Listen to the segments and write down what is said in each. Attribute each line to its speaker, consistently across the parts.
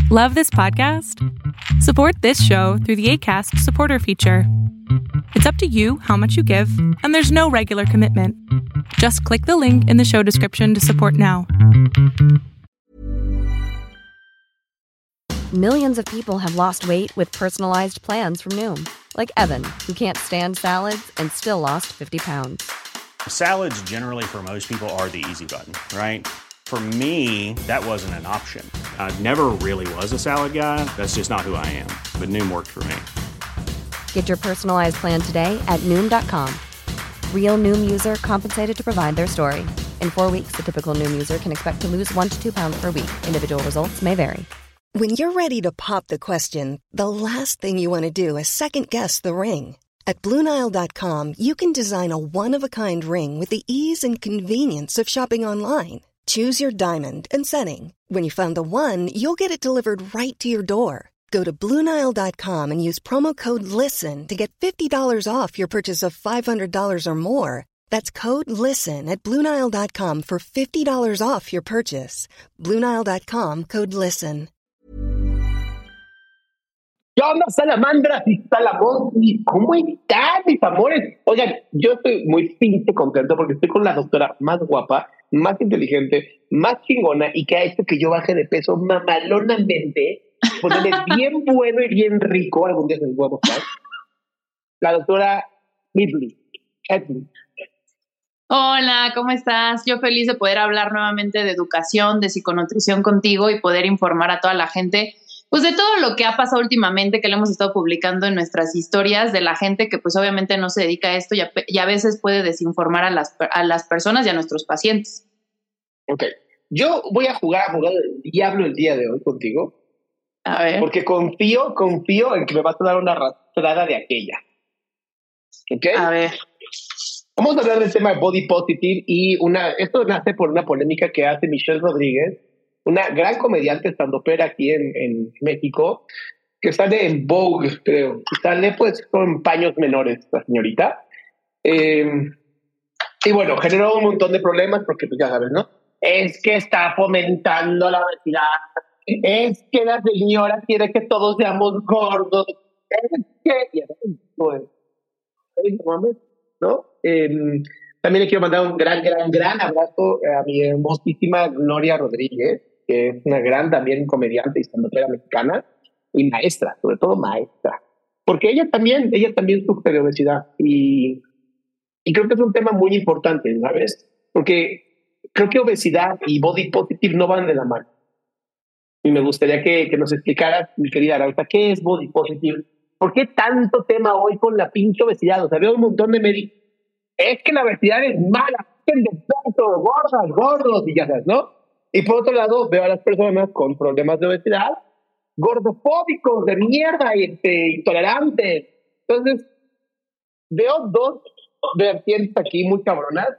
Speaker 1: Love this podcast? Support this show through the Acast supporter feature. It's up to you how much you give, and there's no regular commitment. Just click the link in the show description to support now.
Speaker 2: Millions of people have lost weight with personalized plans from Noom. Like Evan, who can't stand salads and still lost 50 pounds.
Speaker 3: Salads generally for most people are the easy button, right? For me, that wasn't an option. I never really was a salad guy. That's just not who I am. But Noom worked for me.
Speaker 2: Get your personalized plan today at Noom.com. Real Noom user compensated to provide their story. In 4 weeks, the typical Noom user can expect to lose 1 to 2 pounds per week. Individual results may vary.
Speaker 4: When you're ready to pop the question, the last thing you want to do is second-guess the ring. At BlueNile.com, you can design a one-of-a-kind ring with the ease and convenience of shopping online. Choose your diamond and setting. When you find the one, you'll get it delivered right to your door. Go to BlueNile.com and use promo code LISTEN to get $50 off your purchase of $500 or more. That's code LISTEN at BlueNile.com for $50 off your purchase. BlueNile.com, code LISTEN.
Speaker 5: ¿Qué onda, salamandras y salamondris? ¿Cómo están, mis amores? Oigan, yo estoy muy pinche contento porque estoy con la doctora más guapa, más inteligente, más chingona y que ha hecho que yo baje de peso mamalonamente, ponerme bien bueno y bien rico. Algún día se los voy a mostrar. La doctora Midley.
Speaker 6: Hola, ¿cómo estás? Yo feliz de poder hablar nuevamente de educación, de psiconutrición contigo y poder informar a toda la gente pues de todo lo que ha pasado últimamente, que le hemos estado publicando en nuestras historias, de la gente que pues obviamente no se dedica a esto y a veces puede desinformar a las personas y a nuestros pacientes.
Speaker 5: Ok, yo voy a jugar del diablo el día de hoy contigo.
Speaker 6: A ver.
Speaker 5: Porque confío en que me vas a dar una arrastrada de aquella. ¿Ok?
Speaker 6: A ver.
Speaker 5: Vamos a hablar del tema de body positive y esto nace por una polémica que hace Michelle Rodríguez, una gran comediante estandopera aquí en México, que sale en Vogue, creo. Y sale pues con paños menores, la señorita. Y bueno, generó un montón de problemas porque pues ya sabes, ¿no? Es que está fomentando la obesidad. Es que la señora quiere que todos seamos gordos. Es que... ¿no? También le quiero mandar un gran abrazo a mi hermosísima Gloria Rodríguez, que es una gran también comediante y estandopera mexicana y maestra, sobre todo maestra. Porque ella también sufre de obesidad y creo que es un tema muy importante, ¿sabes? Porque creo que obesidad y body positive no van de la mano. Y me gustaría que nos explicaras, mi querida Arauta, ¿qué es body positive? ¿Por qué tanto tema hoy con la pinche obesidad? O sea, veo un montón de médicos. Es que la obesidad es mala, de peso, gordos, y ya sabes, ¿no? Y por otro lado, veo a las personas con problemas de obesidad, gordofóbicos, de mierda, intolerantes. Entonces, veo dos vertientes aquí muy cabronas.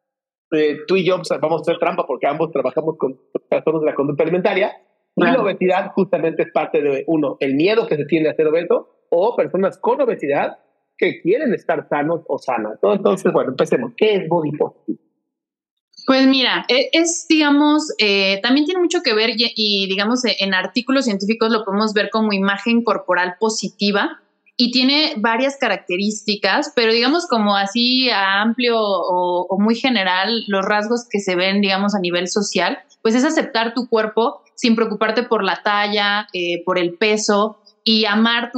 Speaker 5: Tú y yo vamos a hacer trampa porque ambos trabajamos con trastornos de la conducta alimentaria. Y la obesidad justamente es parte de, uno, el miedo que se tiene a ser obeso, o personas con obesidad que quieren estar sanos o sanas, ¿no? Entonces, bueno, empecemos. ¿Qué es body positive?
Speaker 6: Pues mira, digamos, también tiene mucho que ver y digamos, en artículos científicos lo podemos ver como imagen corporal positiva y tiene varias características, pero digamos como así a amplio o muy general, los rasgos que se ven, digamos, a nivel social, pues es aceptar tu cuerpo sin preocuparte por la talla, por el peso, y amar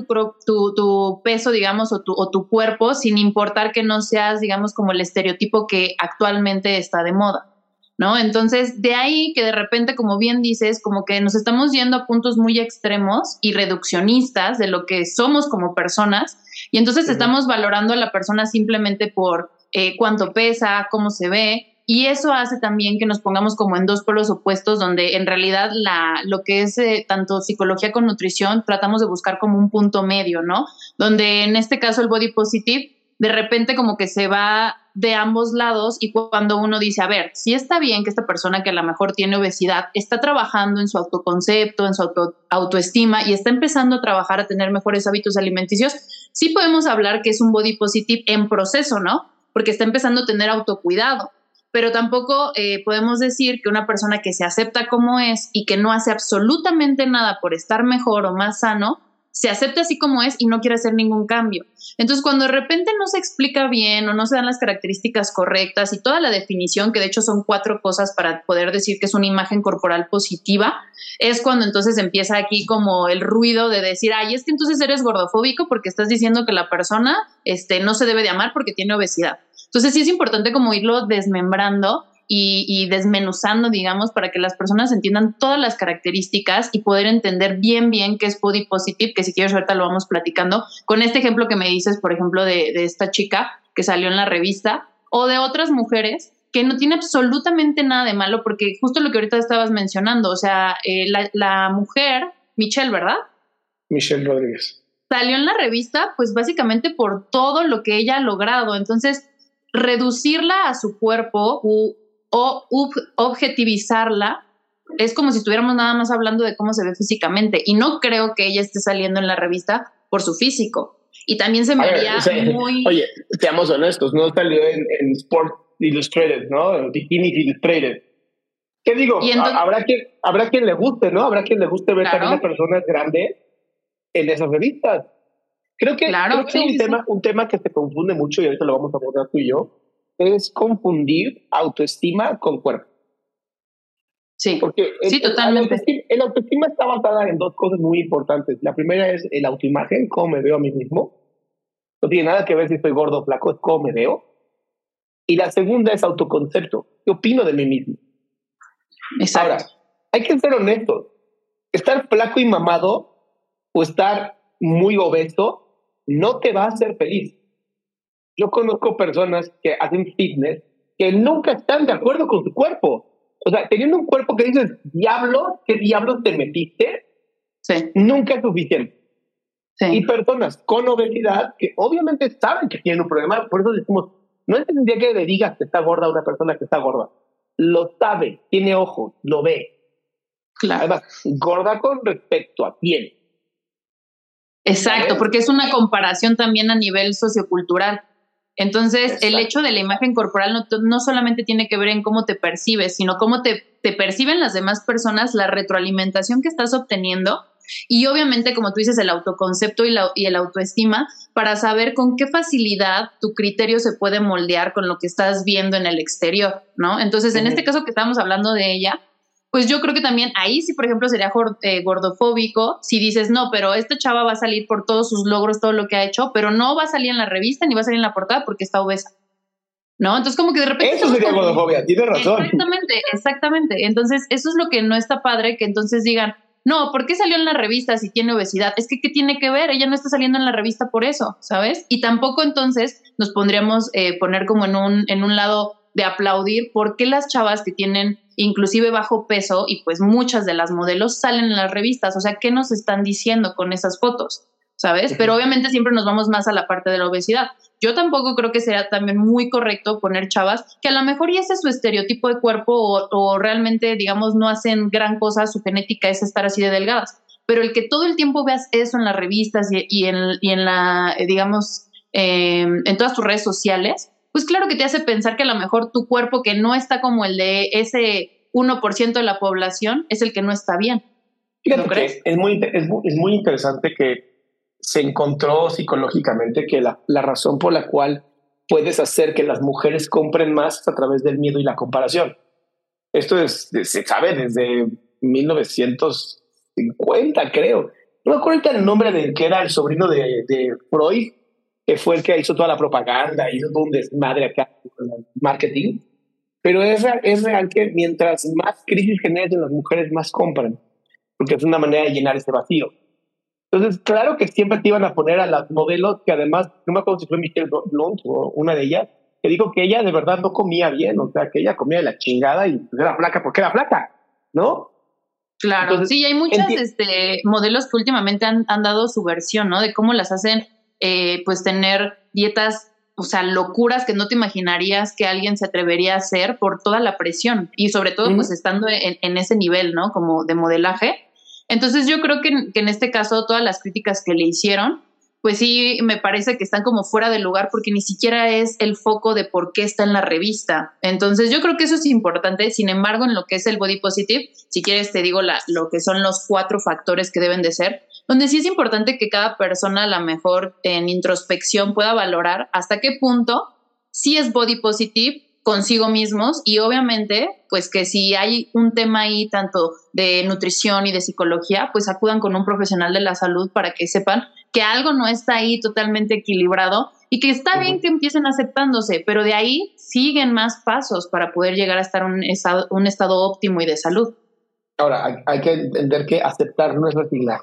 Speaker 6: tu peso, digamos, o tu cuerpo, sin importar que no seas, digamos, como el estereotipo que actualmente está de moda, ¿no? Entonces, de ahí que de repente, como bien dices, como que nos estamos yendo a puntos muy extremos y reduccionistas de lo que somos como personas, y entonces estamos valorando a la persona simplemente por cuánto pesa, cómo se ve, y eso hace también que nos pongamos como en dos polos opuestos, donde en realidad lo que es tanto psicología con nutrición, tratamos de buscar como un punto medio, ¿no? Donde en este caso el body positive, de repente como que se va de ambos lados y cuando uno dice, a ver, sí está bien que esta persona que a lo mejor tiene obesidad está trabajando en su autoconcepto, en su autoestima y está empezando a trabajar a tener mejores hábitos alimenticios, sí podemos hablar que es un body positive en proceso, ¿no? Porque está empezando a tener autocuidado. pero tampoco podemos decir que una persona que se acepta como es y que no hace absolutamente nada por estar mejor o más sano, se acepta así como es y no quiere hacer ningún cambio. Entonces, cuando de repente no se explica bien o no se dan las características correctas y toda la definición, que de hecho son 4 cosas para poder decir que es una imagen corporal positiva, es cuando entonces empieza aquí como el ruido de decir, ay, es que entonces eres gordofóbico porque estás diciendo que la persona no se debe de amar porque tiene obesidad. Entonces, sí es importante como irlo desmembrando y desmenuzando, digamos, para que las personas entiendan todas las características y poder entender bien qué es body positive, que si quieres ahorita lo vamos platicando, con este ejemplo que me dices, por ejemplo, de esta chica que salió en la revista, o de otras mujeres que no tiene absolutamente nada de malo, porque justo lo que ahorita estabas mencionando, o sea, la mujer, Michelle, ¿verdad?
Speaker 5: Michelle Rodríguez.
Speaker 6: Salió en la revista, pues básicamente por todo lo que ella ha logrado. Entonces, reducirla a su cuerpo o objetivizarla es como si estuviéramos nada más hablando de cómo se ve físicamente, y no creo que ella esté saliendo en la revista por su físico, y también se me haría muy...
Speaker 5: Oye, seamos honestos, no salió en Sport Illustrated, ¿no? Bikini Illustrated. ¿Qué digo? Entonces, habrá quien le guste, ¿no? Habrá quien le guste ver también a personas grandes en esas revistas. Creo que un tema que se confunde mucho, y ahorita lo vamos a abordar tú y yo, es confundir autoestima con cuerpo.
Speaker 6: Sí,
Speaker 5: porque
Speaker 6: totalmente.
Speaker 5: El autoestima está basada en 2 cosas muy importantes. La primera es el autoimagen, cómo me veo a mí mismo. No tiene nada que ver si estoy gordo o flaco, es cómo me veo. Y la segunda es autoconcepto. ¿Qué opino de mí mismo?
Speaker 6: Exacto.
Speaker 5: Ahora, hay que ser honestos. Estar flaco y mamado o estar muy obeso no te va a hacer feliz. Yo conozco personas que hacen fitness que nunca están de acuerdo con su cuerpo. O sea, teniendo un cuerpo que dices, diablo, ¿qué diablos te metiste?
Speaker 6: Sí.
Speaker 5: Nunca es suficiente.
Speaker 6: Sí.
Speaker 5: Y personas con obesidad que obviamente saben que tienen un problema, por eso decimos, no es necesario que le digas que está gorda a una persona que está gorda. Lo sabe, tiene ojos, lo ve.
Speaker 6: Claro.
Speaker 5: Además, gorda con respecto a quién.
Speaker 6: Exacto, ¿sabes? Porque es una comparación también a nivel sociocultural. Entonces, exacto, el hecho de la imagen corporal no solamente tiene que ver en cómo te percibes, sino cómo te perciben las demás personas, la retroalimentación que estás obteniendo y obviamente, como tú dices, el autoconcepto y el autoestima para saber con qué facilidad tu criterio se puede moldear con lo que estás viendo en el exterior, ¿no? Entonces, en este caso que estábamos hablando de ella, pues yo creo que también ahí sí, por ejemplo, sería gordofóbico si dices, no, pero esta chava va a salir por todos sus logros, todo lo que ha hecho, pero no va a salir en la revista ni va a salir en la portada porque está obesa, ¿no? Entonces como que de repente...
Speaker 5: Eso sería gordofobia, tienes razón.
Speaker 6: Exactamente. Entonces eso es lo que no está padre, que entonces digan, no, ¿por qué salió en la revista si tiene obesidad? Es que ¿qué tiene que ver? Ella no está saliendo en la revista por eso, ¿sabes? Y tampoco entonces nos pondríamos poner como en un lado de aplaudir por qué las chavas que tienen inclusive bajo peso y pues muchas de las modelos salen en las revistas, o sea, ¿qué nos están diciendo con esas fotos? ¿Sabes? Pero obviamente siempre nos vamos más a la parte de la obesidad. Yo tampoco creo que sea también muy correcto poner chavas que a lo mejor y ese es su estereotipo de cuerpo o realmente, digamos, no hacen gran cosa, su genética es estar así de delgadas, pero el que todo el tiempo veas eso en las revistas y en la, digamos, en todas tus redes sociales, pues claro que te hace pensar que a lo mejor tu cuerpo, que no está como el de ese 1% de la población, es el que no está bien.
Speaker 5: Fíjate que es muy interesante que se encontró psicológicamente que la razón por la cual puedes hacer que las mujeres compren más es a través del miedo y la comparación. Esto se sabe desde 1950, creo. No me acuerdo el nombre del que era el sobrino de Freud, que fue el que hizo toda la propaganda, hizo todo un desmadre acá con el marketing, pero es real que mientras más crisis generes en las mujeres, más compran, porque es una manera de llenar ese vacío. Entonces, claro que siempre te iban a poner a las modelos que además, no me acuerdo si fue Michelle Blunt o una de ellas, que dijo que ella de verdad no comía bien, o sea, que ella comía de la chingada y pues era flaca porque era flaca, ¿no?
Speaker 6: Claro, entonces, sí, hay muchas modelos que últimamente han dado su versión, ¿no? De cómo las hacen pues tener dietas, o sea, locuras que no te imaginarías que alguien se atrevería a hacer por toda la presión y sobre todo pues estando en ese nivel, ¿no? Como de modelaje. Entonces yo creo que en este caso todas las críticas que le hicieron pues sí me parece que están como fuera de lugar porque ni siquiera es el foco de por qué está en la revista. Entonces yo creo que eso es importante. Sin embargo, en lo que es el body positive, si quieres te digo lo que son los 4 factores que deben de ser, donde sí es importante que cada persona a lo mejor en introspección pueda valorar hasta qué punto sí es body positive consigo mismos, y obviamente pues que si hay un tema ahí tanto de nutrición y de psicología, pues acudan con un profesional de la salud para que sepan que algo no está ahí totalmente equilibrado y que está bien que empiecen aceptándose, pero de ahí siguen más pasos para poder llegar a estar en un estado óptimo y de salud.
Speaker 5: Ahora, hay que entender que aceptar no es resignar.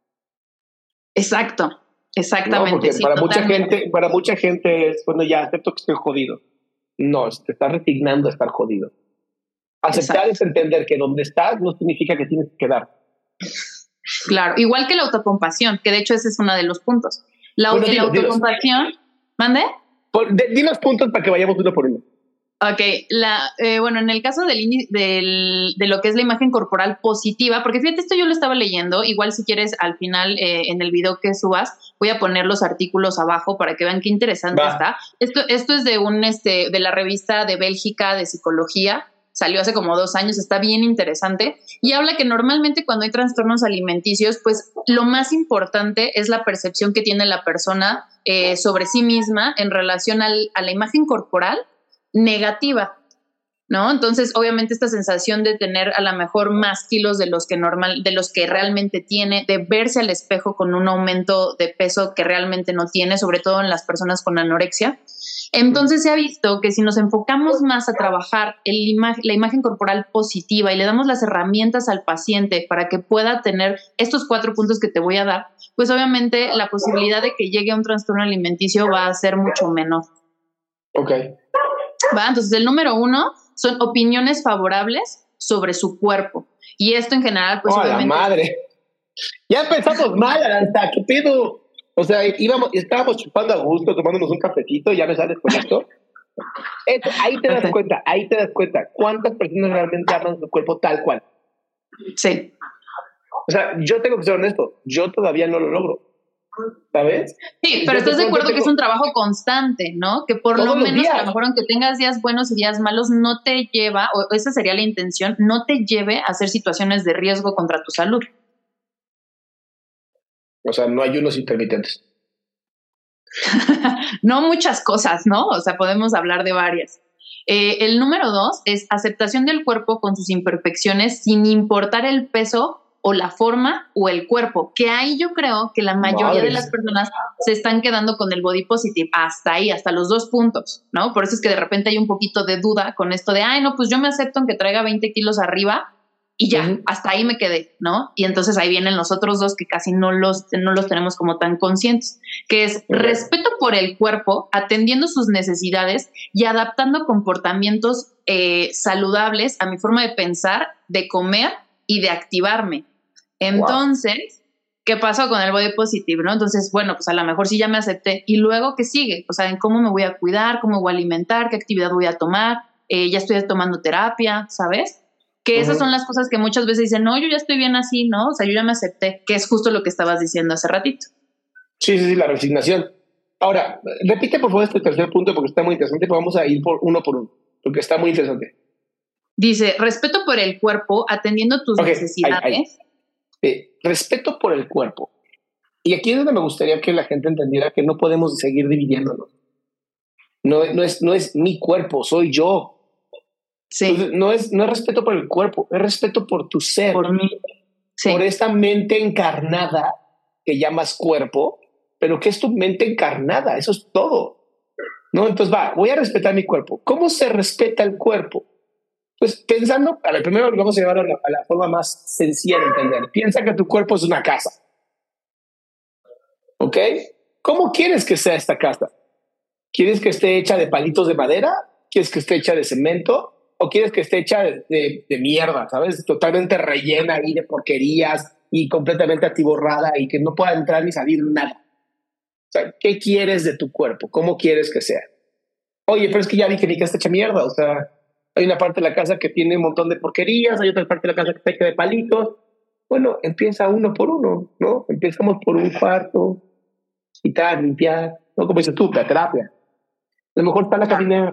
Speaker 6: Exacto, exactamente.
Speaker 5: No, porque
Speaker 6: sí,
Speaker 5: para mucha gente es, bueno, ya acepto que estoy jodido. No, te estás resignando a estar jodido. Aceptar es entender que donde estás no significa que tienes que quedar.
Speaker 6: Claro, igual que la autocompasión, que de hecho ese es uno de los puntos. La autocompasión, ¿mande?
Speaker 5: Di los puntos para que vayamos uno por uno.
Speaker 6: Ok, bueno, en el caso de lo que es la imagen corporal positiva, porque fíjate, esto yo lo estaba leyendo, igual si quieres al final en el video que subas, voy a poner los artículos abajo para que vean qué interesante está. Esto es de la revista de Bélgica de psicología, salió hace como 2 años, está bien interesante, y habla que normalmente cuando hay trastornos alimenticios, pues lo más importante es la percepción que tiene la persona sobre sí misma en relación a la imagen corporal negativa, ¿no? Entonces, obviamente esta sensación de tener a lo mejor más kilos de los que realmente tiene, de verse al espejo con un aumento de peso que realmente no tiene, sobre todo en las personas con anorexia. Entonces se ha visto que si nos enfocamos más a trabajar la imagen corporal positiva y le damos las herramientas al paciente para que pueda tener estos 4 puntos que te voy a dar, pues obviamente la posibilidad de que llegue a un trastorno alimenticio va a ser mucho menor.
Speaker 5: Ok.
Speaker 6: Entonces el número 1 son opiniones favorables sobre su cuerpo. Y esto en general, pues
Speaker 5: obviamente... ¡Oh, la madre! Ya empezamos mal, Aranza, ¿qué pedo? O sea, estábamos chupando a gusto, tomándonos un cafecito, ya me sales con esto. Ahí te das cuenta cuántas personas realmente aman su cuerpo tal cual.
Speaker 6: Sí.
Speaker 5: O sea, yo tengo que ser honesto, yo todavía no lo logro. ¿Sabes?
Speaker 6: Sí, pero estás de acuerdo que es un trabajo constante, ¿no? Que por lo menos, a lo mejor aunque tengas días buenos y días malos, no te lleva, o esa sería la intención, no te lleve a hacer situaciones de riesgo contra tu salud.
Speaker 5: O sea, no ayunos intermitentes.
Speaker 6: No muchas cosas, ¿no? O sea, podemos hablar de varias. El número 2 es aceptación del cuerpo con sus imperfecciones sin importar el peso o la forma o el cuerpo, que ahí yo creo que la mayoría de las personas se están quedando con el body positive hasta ahí, hasta los 2 puntos, ¿no? Por eso es que de repente hay un poquito de duda con esto de, no, pues yo me acepto aunque traiga 20 kilos arriba y ya, hasta ahí me quedé, ¿no? Y entonces ahí vienen los otros 2 que casi no los tenemos como tan conscientes, que es respeto por el cuerpo, atendiendo sus necesidades y adaptando comportamientos saludables a mi forma de pensar, de comer y de activarme. Entonces, ¿qué pasó con el body positive, no? Entonces, bueno, pues a lo mejor sí ya me acepté. ¿Y luego qué sigue? O sea, en cómo me voy a cuidar, cómo voy a alimentar, qué actividad voy a tomar, ya estoy tomando terapia, ¿sabes? Que esas son las cosas que muchas veces dicen, no, yo ya estoy bien así, ¿no? O sea, yo ya me acepté, que es justo lo que estabas diciendo hace ratito.
Speaker 5: Sí, la resignación. Ahora, repite por favor este tercer punto porque está muy interesante, pero vamos a ir uno por uno, porque está muy interesante.
Speaker 6: Dice, respeto por el cuerpo, atendiendo tus necesidades.
Speaker 5: Respeto por el cuerpo. Y aquí es donde me gustaría que la gente entendiera que no podemos seguir dividiéndonos. No es mi cuerpo, soy yo.
Speaker 6: Sí.
Speaker 5: Entonces, no es respeto por el cuerpo, es respeto por tu ser.
Speaker 6: Por mí. Sí.
Speaker 5: Por esta mente encarnada que llamas cuerpo, pero que es tu mente encarnada, eso es todo. ¿No? Entonces voy a respetar mi cuerpo. ¿Cómo se respeta el cuerpo? Pues pensando, a ver, primero vamos a llevar a la forma más sencilla de entender. Piensa que tu cuerpo es una casa. ¿Ok? ¿Cómo quieres que sea esta casa? ¿Quieres que esté hecha de palitos de madera? ¿Quieres que esté hecha de cemento? ¿O quieres que esté hecha de mierda, ¿sabes? Totalmente rellena y de porquerías y completamente atiborrada y que no pueda entrar ni salir nada. O sea, ¿qué quieres de tu cuerpo? ¿Cómo quieres que sea? Oye, pero es que ya vi que ni que está hecha mierda, o sea... Hay una parte de la casa que tiene un montón de porquerías, hay otra parte de la casa que está hecha de palitos. Bueno, empieza uno por uno, ¿no? Empezamos por un cuarto, quitar, limpiar, no como dices tú, la terapia. A lo mejor está la cabina.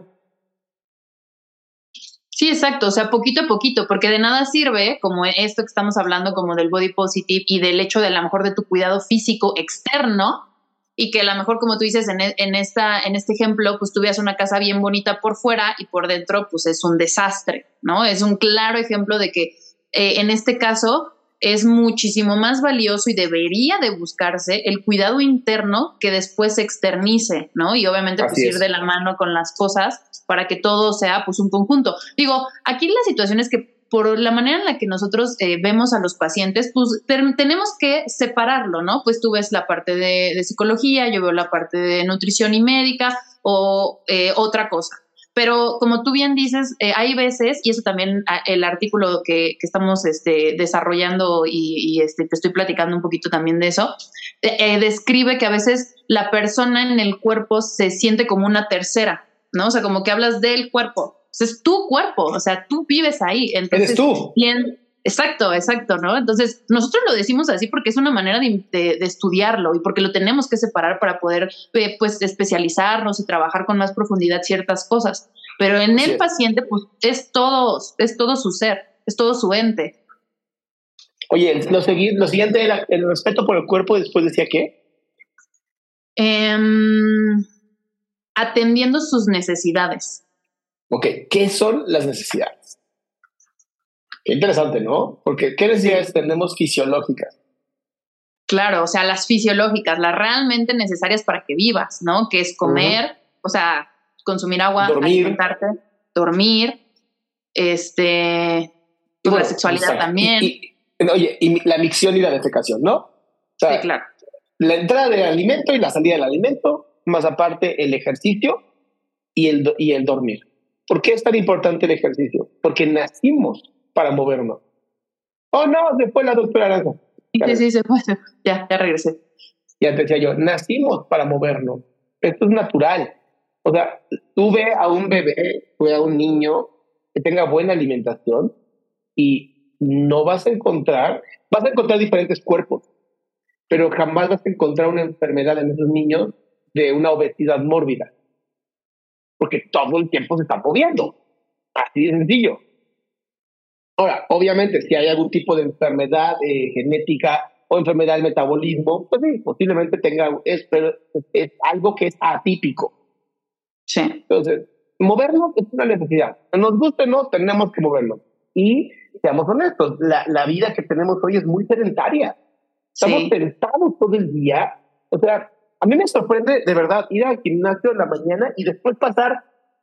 Speaker 6: Sí, exacto, o sea, poquito a poquito, porque de nada sirve como esto que estamos hablando como del body positive y del hecho de a lo mejor de tu cuidado físico externo y que a lo mejor como tú dices en este ejemplo, pues tú veas una casa bien bonita por fuera y por dentro pues es un desastre, ¿no? Es un claro ejemplo de que en este caso es muchísimo más valioso y debería de buscarse el cuidado interno que después se externice, ¿no? Y obviamente pues ir de la mano con las cosas para que todo sea pues un conjunto. Digo, aquí la situación es que por la manera en la que nosotros vemos a los pacientes, pues tenemos que separarlo, ¿no? Pues tú ves la parte de psicología, yo veo la parte de nutrición y médica o otra cosa. Pero como tú bien dices, hay veces, y eso también el artículo que estamos desarrollando y te estoy platicando un poquito también de eso, describe que a veces la persona en el cuerpo se siente como una tercera, ¿no? O sea, como que hablas del cuerpo. O sea, es tu cuerpo, o sea, tú vives ahí. Entonces,
Speaker 5: eres tú.
Speaker 6: Bien, exacto, ¿no? Entonces, nosotros lo decimos así porque es una manera de estudiarlo y porque lo tenemos que separar para poder, pues, especializarnos y trabajar con más profundidad ciertas cosas. Pero en el paciente, pues, es todo su ser, es todo su ente.
Speaker 5: Oye, lo siguiente era el respeto por el cuerpo, después decía ¿qué?
Speaker 6: Atendiendo sus necesidades.
Speaker 5: Ok, ¿qué son las necesidades? Qué interesante, ¿no? Porque ¿qué necesidades tenemos fisiológicas?
Speaker 6: Claro, o sea, las fisiológicas, las realmente necesarias para que vivas, ¿no? Que es comer, o sea, consumir agua, alimentarte, dormir, pues la sexualidad también.
Speaker 5: Oye, y la micción y la defecación, ¿no? O sea,
Speaker 6: sí, claro.
Speaker 5: La entrada del alimento y la salida del alimento, más aparte el ejercicio y el dormir. ¿Por qué es tan importante el ejercicio? Porque nacimos para movernos. Oh, no, se fue la doctora Aranza.
Speaker 6: Sí, se fue. Ya regresé.
Speaker 5: Ya te decía yo, nacimos para movernos. Esto es natural. O sea, tú ve a un bebé, ve a un niño que tenga buena alimentación y no vas a encontrar diferentes cuerpos, pero jamás vas a encontrar una enfermedad en esos niños de una obesidad mórbida. Porque todo el tiempo se está moviendo. Así de sencillo. Ahora, obviamente, si hay algún tipo de enfermedad genética o enfermedad del metabolismo, pues sí, posiblemente pero es algo que es atípico.
Speaker 6: Sí.
Speaker 5: Entonces, movernos es una necesidad. Nos guste o no, tenemos que movernos. Y seamos honestos, la vida que tenemos hoy es muy sedentaria. Estamos sentados todo el día. O sea, a mí me sorprende de verdad ir al gimnasio en la mañana y después pasar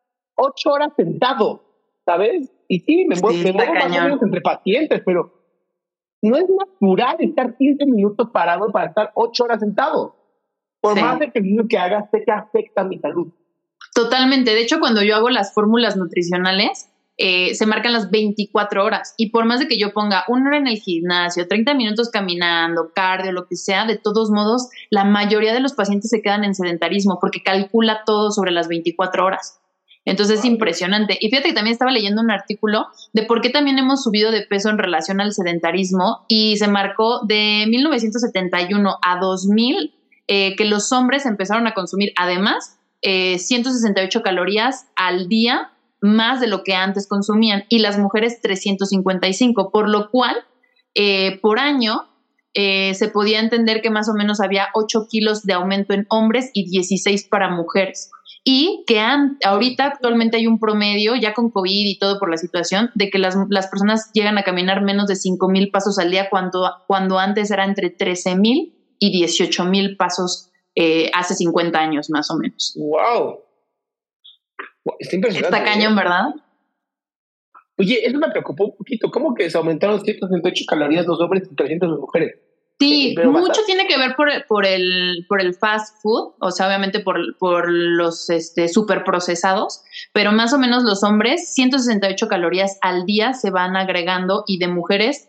Speaker 5: 8 horas sentado, ¿sabes? Y sí, me muevo más o menos entre pacientes, pero no es natural estar 15 minutos parado para estar 8 horas sentado. Por más ejercicio que hagas, sé que afecta a mi salud.
Speaker 6: Totalmente. De hecho, cuando yo hago las fórmulas nutricionales, se marcan las 24 horas. Y por más de que yo ponga 1 hora en el gimnasio, 30 minutos caminando, cardio, lo que sea, de todos modos, la mayoría de los pacientes se quedan en sedentarismo porque calcula todo sobre las 24 horas. Entonces es impresionante. Y fíjate que también estaba leyendo un artículo de por qué también hemos subido de peso en relación al sedentarismo y se marcó de 1971 a 2000 que los hombres empezaron a consumir además 168 calorías al día más de lo que antes consumían y las mujeres 355, por lo cual por año se podía entender que más o menos había 8 kilos de aumento en hombres y 16 para mujeres. Y que ahorita actualmente hay un promedio, ya con COVID y todo por la situación, de que las personas llegan a caminar menos de 5,000 pasos al día cuando antes era entre 13,000 y 18,000 pasos hace 50 años más o menos.
Speaker 5: ¡Wow! Está impresionante.
Speaker 6: Está cañón, ¿verdad?
Speaker 5: Oye, eso me preocupó un poquito. ¿Cómo que se aumentaron 168 calorías los hombres y 300 las mujeres?
Speaker 6: Sí, mucho tiene que ver por el fast food, o sea, obviamente por los superprocesados, pero más o menos los hombres 168 calorías al día se van agregando y de mujeres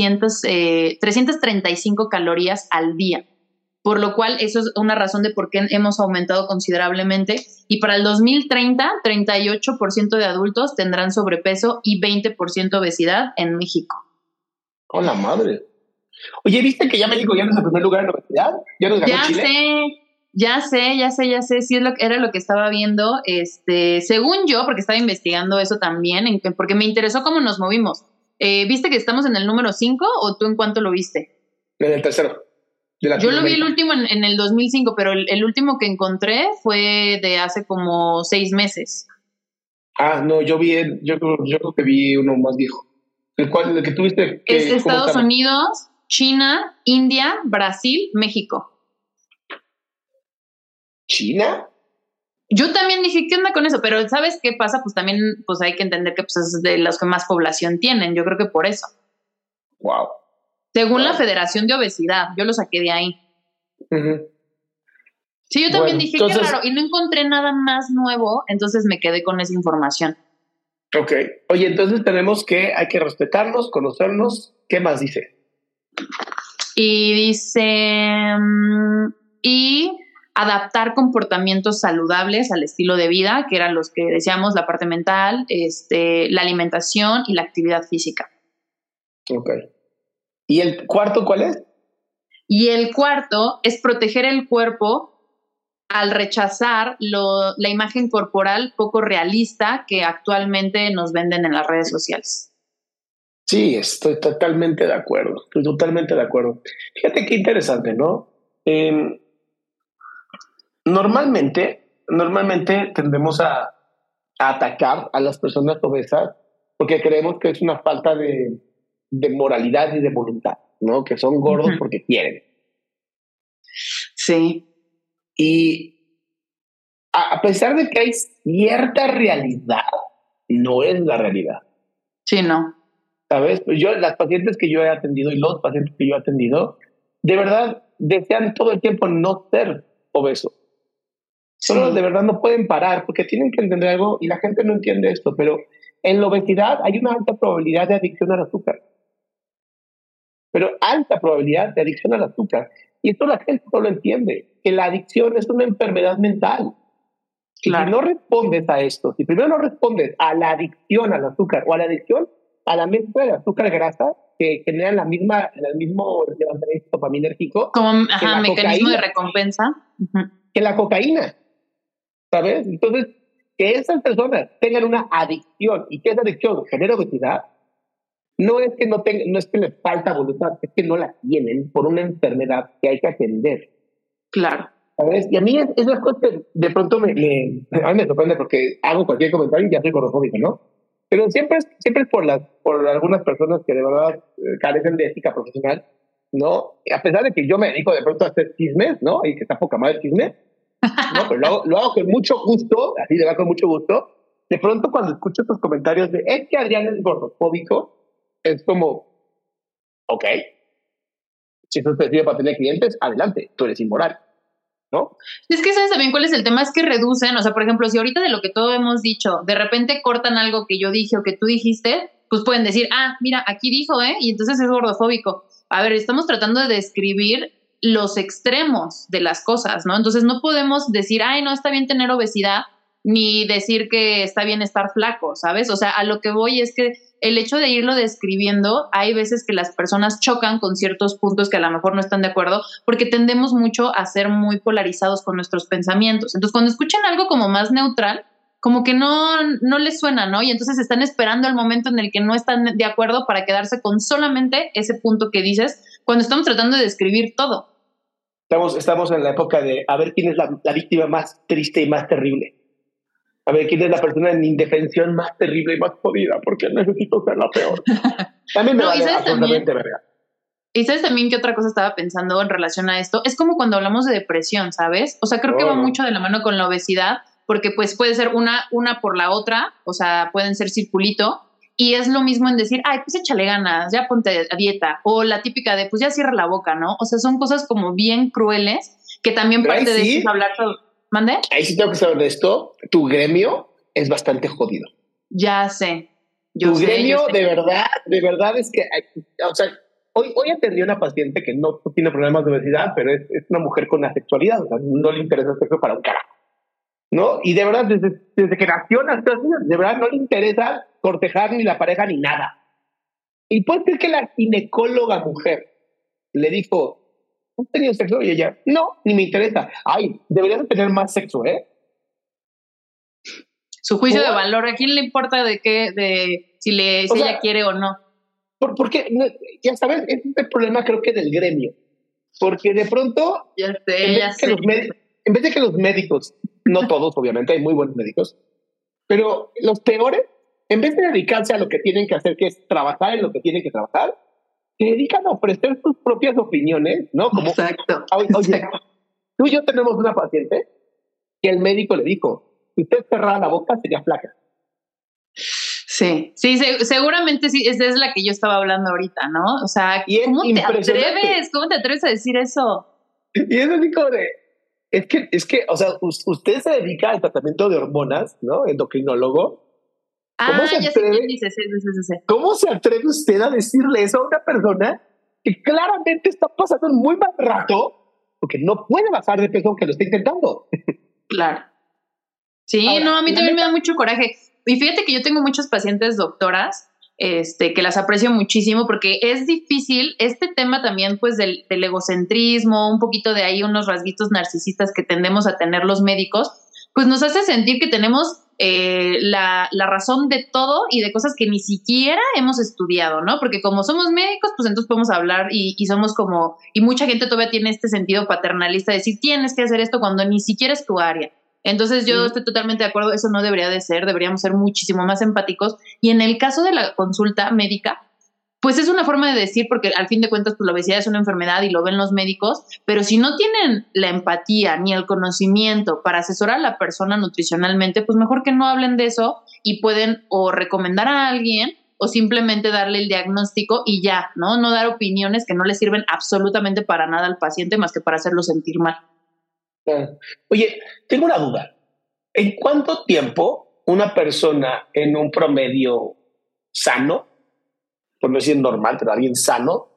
Speaker 6: 335 calorías al día, por lo cual eso es una razón de por qué hemos aumentado considerablemente y para el 2030, 38% de adultos tendrán sobrepeso y 20% obesidad en México.
Speaker 5: ¡Oh, la madre! Oye, ¿viste que ya México ya no es el primer lugar en obesidad? ¿Ya nos ganó Chile?
Speaker 6: Ya sé, sí era lo que estaba viendo, según yo, porque estaba investigando eso también, porque me interesó cómo nos movimos. ¿Viste que estamos en el número 5 o tú en cuánto lo viste?
Speaker 5: En el tercero.
Speaker 6: Yo lo vi el último en el 2005, pero el último que encontré fue de hace como 6 meses.
Speaker 5: Ah, no, yo creo que vi uno más viejo. El que tuviste.
Speaker 6: Es Estados Unidos, China, India, Brasil, México.
Speaker 5: ¿China?
Speaker 6: Yo también dije, ¿qué onda con eso? Pero ¿sabes qué pasa? Pues también pues hay que entender que pues, es de los que más población tienen. Yo creo que por eso.
Speaker 5: Wow.
Speaker 6: Según la Federación de Obesidad, yo lo saqué de ahí.
Speaker 5: Uh-huh.
Speaker 6: Sí, yo también dije, qué raro, y no encontré nada más nuevo, entonces me quedé con esa información.
Speaker 5: Ok. Oye, entonces hay que respetarnos, conocernos. ¿Qué más dice?
Speaker 6: Y dice, y adaptar comportamientos saludables al estilo de vida, que eran los que decíamos, la parte mental, la alimentación y la actividad física.
Speaker 5: Ok. ¿Y el cuarto cuál es?
Speaker 6: Y el cuarto es proteger el cuerpo al rechazar la imagen corporal poco realista que actualmente nos venden en las redes sociales.
Speaker 5: Sí, estoy totalmente de acuerdo. Fíjate qué interesante, ¿no? Normalmente tendemos a atacar a las personas obesas porque creemos que es una falta de moralidad y de voluntad, ¿no? Que son gordos porque quieren.
Speaker 6: Sí.
Speaker 5: Y a pesar de que hay cierta realidad, no es la realidad.
Speaker 6: Sí, no.
Speaker 5: ¿Sabes? Pues las pacientes que yo he atendido y los pacientes que yo he atendido, de verdad desean todo el tiempo no ser obesos. Solo de verdad no pueden parar porque tienen que entender algo y la gente no entiende esto, pero en la obesidad hay una alta probabilidad de adicción al azúcar. Pero alta probabilidad de adicción al azúcar. Y esto la gente no lo entiende, que la adicción es una enfermedad mental. Claro. Y si no respondes a esto, si primero no respondes a la adicción al azúcar o a la adicción a la mezcla de azúcar grasa que generan el mismo levantamiento dopaminérgico
Speaker 6: como mecanismo cocaína, de recompensa
Speaker 5: que la cocaína, ¿sabes? Entonces, que esas personas tengan una adicción y que esa adicción genere obesidad, no es que les falta voluntad, es que no la tienen por una enfermedad que hay que atender.
Speaker 6: Claro.
Speaker 5: ¿Sabes? Y a mí esas cosas de pronto a mí me sorprende porque hago cualquier comentario y ya soy gordofóbico, ¿no? Pero siempre es por algunas personas que de verdad carecen de ética profesional, ¿no? A pesar de que yo me dedico de pronto a hacer chismes, ¿no? Y que está poca madre el chisme, ¿no? Pero lo hago con mucho gusto, así de verdad con mucho gusto. De pronto cuando escucho estos comentarios de es que Adrián es gordofóbico, es como, ok, si eso te sirve para tener clientes, adelante, tú eres inmoral, ¿no?
Speaker 6: Es que sabes también cuál es el tema, es que reducen, o sea, por ejemplo, si ahorita de lo que todos hemos dicho, de repente cortan algo que yo dije o que tú dijiste, pues pueden decir, mira, aquí dijo, y entonces es gordofóbico. A ver, estamos tratando de describir los extremos de las cosas, ¿no? Entonces no podemos decir, no está bien tener obesidad, ni decir que está bien estar flaco, ¿sabes? O sea, a lo que voy es que el hecho de irlo describiendo, hay veces que las personas chocan con ciertos puntos que a lo mejor no están de acuerdo, porque tendemos mucho a ser muy polarizados con nuestros pensamientos. Entonces, cuando escuchan algo como más neutral, como que no les suena, ¿no? Y entonces están esperando el momento en el que no están de acuerdo para quedarse con solamente ese punto que dices, cuando estamos tratando de describir todo.
Speaker 5: Estamos en la época de a ver quién es la víctima más triste y más terrible. A ver quién es la persona en indefensión más terrible y más jodida, porque necesito ser la peor. También me vale absolutamente verga.
Speaker 6: Y sabes también qué otra cosa estaba pensando en relación a esto. Es como cuando hablamos de depresión, ¿sabes? O sea, creo que va mucho de la mano con la obesidad, porque pues puede ser una por la otra, o sea, pueden ser circulito, y es lo mismo en decir, pues échale ganas, ya ponte a dieta, o la típica de, pues ya cierra la boca, ¿no? O sea, son cosas como bien crueles, que también parte de eso es hablar todo. ¿Mande?
Speaker 5: Ahí sí tengo que ser honesto, tu gremio es bastante jodido.
Speaker 6: Ya sé.
Speaker 5: Tu gremio, de verdad es que, o sea, hoy atendí a una paciente que no tiene problemas de obesidad, pero es una mujer con asexualidad, o sea, no le interesa el sexo para un carajo, ¿no? Y de verdad, desde que nació, de verdad no le interesa cortejar ni la pareja ni nada. Y puede ser que la ginecóloga mujer le dijo, ¿has tenido sexo? Y ella, no, ni me interesa. Ay, deberías de tener más sexo, ¿eh?
Speaker 6: Su juicio de valor, ¿a quién le importa de si ella quiere o no?
Speaker 5: Porque, ya sabes, es el problema creo que del gremio. Porque de pronto,
Speaker 6: en
Speaker 5: vez de que los médicos, no todos obviamente, hay muy buenos médicos, pero los peores, en vez de dedicarse a lo que tienen que hacer, que es trabajar en lo que tienen que trabajar, se dedican a ofrecer sus propias opiniones, ¿no? Como,
Speaker 6: exacto.
Speaker 5: Oye, tú y yo tenemos una paciente que el médico le dijo, si usted cerrara la boca sería flaca.
Speaker 6: Sí, seguramente sí, esa es la que yo estaba hablando ahorita, ¿no? O sea, ¿cómo te atreves? ¿Cómo te atreves a decir eso?
Speaker 5: Y es así como de, es que, o sea, usted se dedica al tratamiento de hormonas, ¿no? Endocrinólogo.
Speaker 6: Ya sé quién dice, sí.
Speaker 5: ¿Cómo se atreve usted a decirle eso a una persona que claramente está pasando un muy mal rato porque no puede bajar de peso aunque lo esté intentando?
Speaker 6: Claro. Sí, ahora, a mí también me da mucho coraje. Y fíjate que yo tengo muchas pacientes doctoras, que las aprecio muchísimo porque es difícil este tema también pues del egocentrismo, un poquito de ahí unos rasguitos narcisistas que tendemos a tener los médicos, pues nos hace sentir que tenemos la razón de todo y de cosas que ni siquiera hemos estudiado, ¿no? Porque como somos médicos, pues entonces podemos hablar y somos como, y mucha gente todavía tiene este sentido paternalista de decir tienes que hacer esto cuando ni siquiera es tu área. Entonces yo estoy totalmente de acuerdo, eso no debería de ser, deberíamos ser muchísimo más empáticos. Y en el caso de la consulta médica, pues es una forma de decir, porque al fin de cuentas pues la obesidad es una enfermedad y lo ven los médicos, pero si no tienen la empatía ni el conocimiento para asesorar a la persona nutricionalmente, pues mejor que no hablen de eso y pueden o recomendar a alguien o simplemente darle el diagnóstico y ya, ¿no? No dar opiniones que no le sirven absolutamente para nada al paciente más que para hacerlo sentir mal.
Speaker 5: Oye, tengo una duda. ¿En cuánto tiempo una persona en un promedio sano, por no decir normal, pero alguien sano,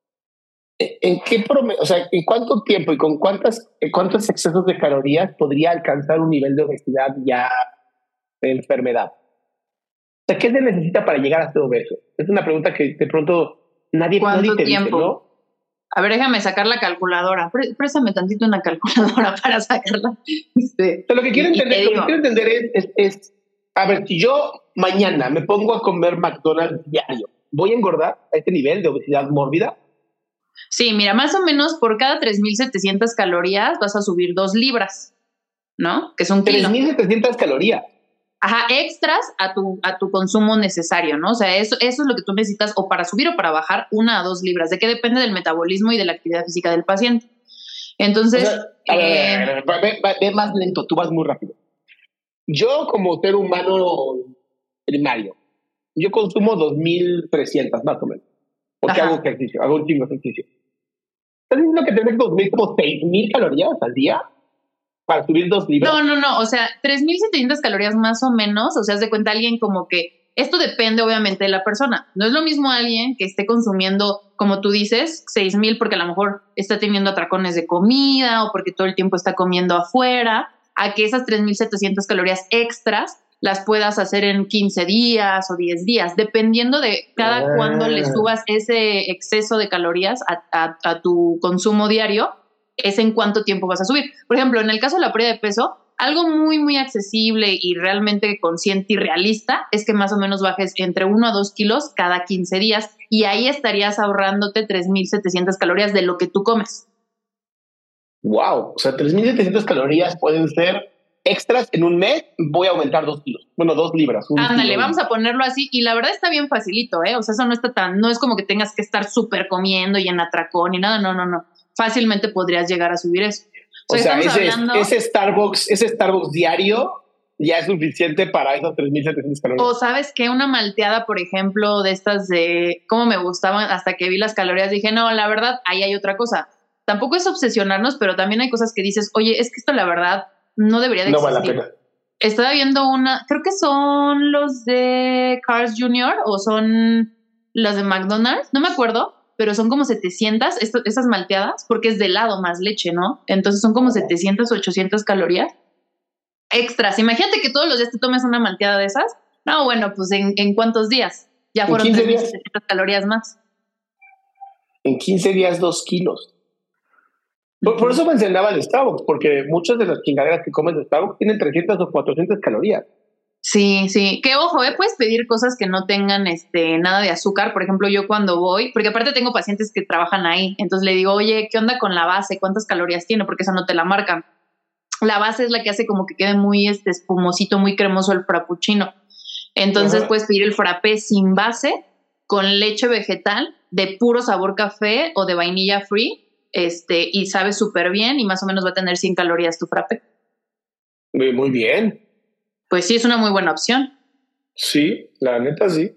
Speaker 5: ¿en qué promedio, o sea, en cuánto tiempo y con cuántos excesos de calorías podría alcanzar un nivel de obesidad ya de enfermedad? O sea, ¿qué se necesita para llegar a ser obeso? Es una pregunta que de pronto nadie te dice, ¿no?
Speaker 6: A ver, déjame sacar la calculadora. Préstame tantito una calculadora para sacarla.
Speaker 5: Lo que quiero entender es, a ver, si yo mañana me pongo a comer McDonald's diario, ¿voy a engordar a este nivel de obesidad mórbida?
Speaker 6: Sí, mira, más o menos por cada 3,700 calorías vas a subir 2 libras, ¿no? Que es un kilo.
Speaker 5: 3,700 calorías.
Speaker 6: Ajá, extras a tu consumo necesario, ¿no? O sea, eso es lo que tú necesitas o para subir o para bajar 1 a 2 libras, de que depende del metabolismo y de la actividad física del paciente. Entonces...
Speaker 5: O sea, ve más lento, tú vas muy rápido. Yo como ser humano primario, yo consumo 2,300 más o menos, porque hago ejercicio, hago un chingo de ejercicio. ¿Estás diciendo que tenés que consumir como 6,000 calorías al día? Para subir 2 libras.
Speaker 6: No, o sea, 3,700 calorías más o menos, o sea, haz de cuenta alguien como que, esto depende obviamente de la persona, no es lo mismo alguien que esté consumiendo, como tú dices, 6,000 porque a lo mejor está teniendo atracones de comida o porque todo el tiempo está comiendo afuera, a que esas 3,700 calorías extras las puedas hacer en 15 días o 10 días, dependiendo de cada cuándo le subas ese exceso de calorías a tu consumo diario, es en cuánto tiempo vas a subir. Por ejemplo, en el caso de la pérdida de peso, algo muy, muy accesible y realmente consciente y realista es que más o menos bajes entre 1 a 2 kilos cada 15 días y ahí estarías ahorrándote 3,700 calorías de lo que tú comes.
Speaker 5: Wow, o sea, 3,700 calorías pueden ser extras en un mes, voy a aumentar 2 kilos. Bueno, 2 libras.
Speaker 6: Ándale, vamos a ponerlo así y la verdad está bien facilito, ¿eh? O sea, eso no está no es como que tengas que estar súper comiendo y en atracón y nada, no. Fácilmente podrías llegar a subir eso.
Speaker 5: O sea, ese Starbucks diario ya es suficiente para esos 3,700 calorías.
Speaker 6: O sabes que una malteada, por ejemplo, de estas de cómo me gustaban hasta que vi las calorías, dije, no, la verdad, ahí hay otra cosa. Tampoco es obsesionarnos, pero también hay cosas que dices, oye, es que esto la verdad no debería de existir.
Speaker 5: No vale la pena.
Speaker 6: Estaba viendo creo que son los de Carl's Jr. o son los de McDonald's, no me acuerdo, pero son como 700, esas malteadas, porque es de helado más leche, ¿no? Entonces son como 700, 800 calorías extras. Imagínate que todos los días te tomes una malteada de esas. No, bueno, pues ¿en cuántos días? Ya fueron 3,700 calorías más.
Speaker 5: En 15 días, 2 kilos. Por eso mencionaba el Starbucks, porque muchas de las chingaderas que comes de Starbucks tienen 300 o 400 calorías.
Speaker 6: Sí, sí. Que ojo, puedes pedir cosas que no tengan nada de azúcar. Por ejemplo, yo cuando voy, porque aparte tengo pacientes que trabajan ahí, entonces le digo, oye, ¿qué onda con la base? ¿Cuántas calorías tiene? Porque esa no te la marcan. La base es la que hace como que quede muy espumosito, muy cremoso el frappuccino. Entonces puedes pedir el frappé sin base, con leche vegetal, de puro sabor café o de vainilla free, y sabe súper bien y más o menos va a tener 100 calorías tu frappé.
Speaker 5: Muy bien.
Speaker 6: Pues sí, es una muy buena opción.
Speaker 5: Sí, la neta sí.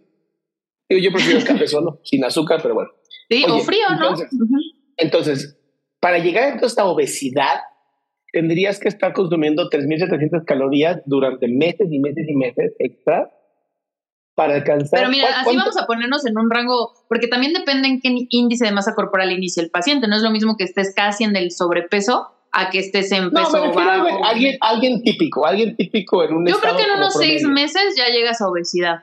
Speaker 5: Yo prefiero el café solo, sin azúcar, pero bueno.
Speaker 6: Sí, oye, o frío,
Speaker 5: entonces,
Speaker 6: ¿no?
Speaker 5: Entonces, para llegar a toda esta obesidad, tendrías que estar consumiendo 3.700 calorías durante meses y meses y meses extra para alcanzar.
Speaker 6: Pero mira, así vamos a ponernos en un rango, porque también depende en qué índice de masa corporal inicie el paciente. No es lo mismo que estés casi en el sobrepeso a que estés en peso bajo.
Speaker 5: Alguien típico en un
Speaker 6: Yo
Speaker 5: estado.
Speaker 6: Yo creo que en unos
Speaker 5: promedio.
Speaker 6: 6 meses ya llegas a obesidad.